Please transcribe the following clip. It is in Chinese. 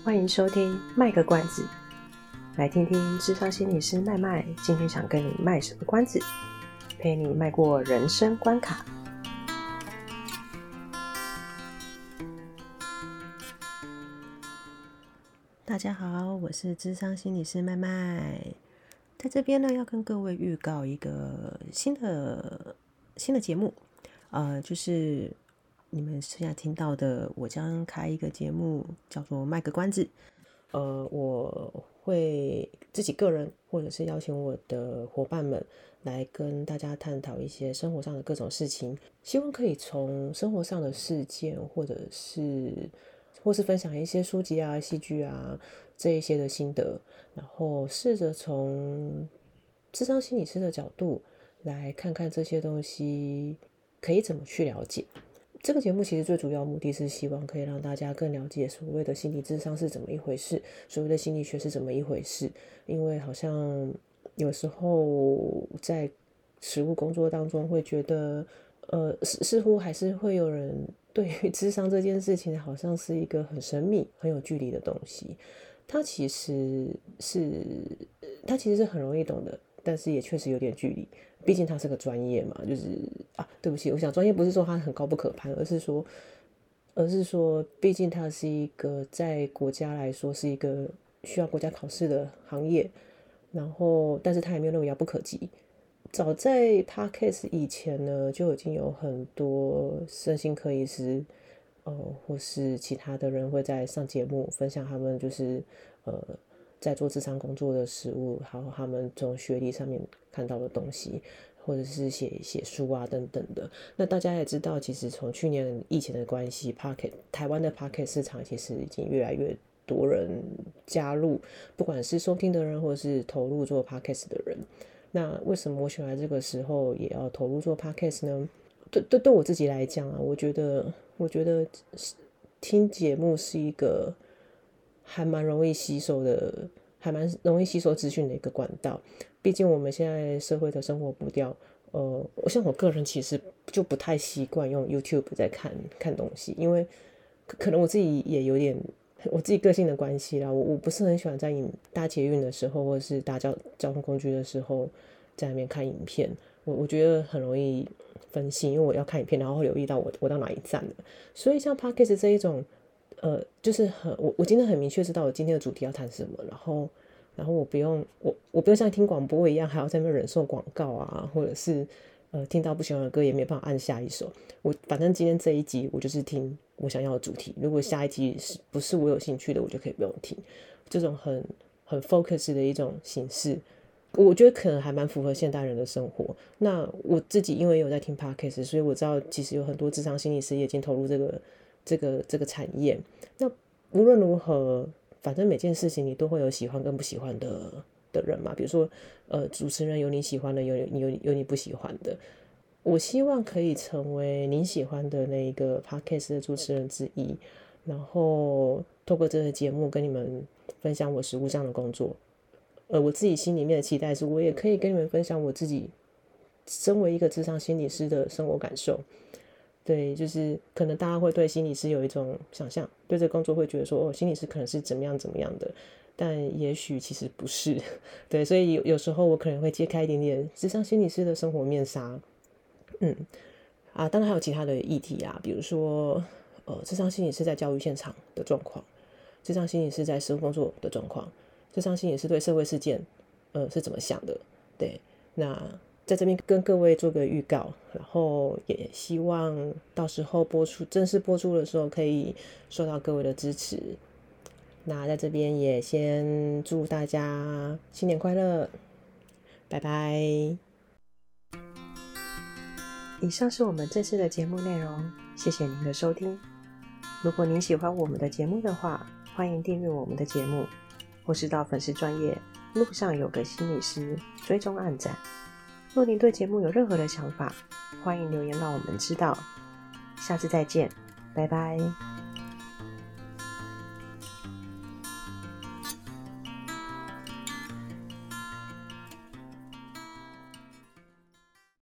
欢迎收听卖个关子，来听听諮商心理师麦麦今天想跟你卖什么关子，陪你迈过人生关卡。大家好，我是諮商心理师麦麦，在这边呢要跟各位预告一个新的节目，就是你们现在听到的，我将开一个节目叫做卖个关子。我会自己个人或者是邀请我的伙伴们来跟大家探讨一些生活上的各种事情，希望可以从生活上的事件或是分享一些书籍啊、戏剧啊这一些的心得，然后试着从諮商心理师的角度来看看这些东西可以怎么去了解。这个节目其实最主要目的是希望可以让大家更了解所谓的心理諮商是怎么一回事，所谓的心理学是怎么一回事。因为好像有时候在实务工作当中会觉得似乎还是会有人对于諮商这件事情好像是一个很神秘很有距离的东西。它其实是很容易懂的，但是也确实有点距离，毕竟它是个专业嘛。对不起，我想专业不是说它很高不可攀，而是说毕竟它是一个在国家来说是一个需要国家考试的行业，然后但是它也没有那么遥不可及。早在 Podcast 以前呢，就已经有很多身心科医师或是其他的人会在上节目分享他们就是在做諮商工作的实务，还有他们从学历上面看到的东西，或者是写书啊等等的。那大家也知道，其实从去年疫情的关系，台湾的 Podcast 市场其实已经越来越多人加入，不管是收听的人或者是投入做 Podcast 的人。那为什么我选在这个时候也要投入做 Podcast 呢？对我自己来讲啊，我觉得听节目是一个还蛮容易吸收资讯的一个管道。毕竟我们现在社会的生活步调，像我个人其实就不太习惯用 YouTube 在看东西，因为可能我自己也有点我自己个性的关系啦，我不是很喜欢在搭捷运的时候或者是搭交通工具的时候在那边看影片，我觉得很容易分心，因为我要看影片，然后会留意到我到哪一站了。所以像 Podcast 这一种，就是我今天很明确知道我今天的主题要谈什么，然后我不用像听广播一样还要在那边忍受广告啊，或者是听到不喜欢的歌也没办法按下一首。反正今天这一集我就是听我想要的主题，如果下一集不是我有兴趣的，我就可以不用听。这种很 focus 的一种形式，我觉得可能还蛮符合现代人的生活。那我自己因为有在听 podcast， 所以我知道其实有很多諮商心理师也已经投入这个产业。那无论如何，反正每件事情你都会有喜欢跟不喜欢的人嘛。比如说主持人有你喜欢的，有你不喜欢的。我希望可以成为您喜欢的那个 podcast 的主持人之一，然后透过这个节目跟你们分享我实务上的工作。我自己心里面的期待是，我也可以跟你们分享我自己身为一个諮商心理师的生活感受。对，就是可能大家会对心理师有一种想象，对这个工作会觉得说，心理师可能是怎么样的，但也许其实不是。对，所以有时候我可能会揭开一点点諮商心理师的生活面纱。当然还有其他的议题啊，比如说諮商心理师在教育现场的状况，諮商心理师在实务工作的状况，諮商心理师对社会事件是怎么想的。对，那在这边跟各位做个预告，然后也希望到时候正式播出的时候可以受到各位的支持。那在这边也先祝大家新年快乐，拜拜。以上是我们这次的节目内容，谢谢您的收听。如果您喜欢我们的节目的话，欢迎订阅我们的节目，或是到粉丝专页路上有个心理师追踪按赞。若您对节目有任何的想法，欢迎留言让我们知道。下次再见，拜拜。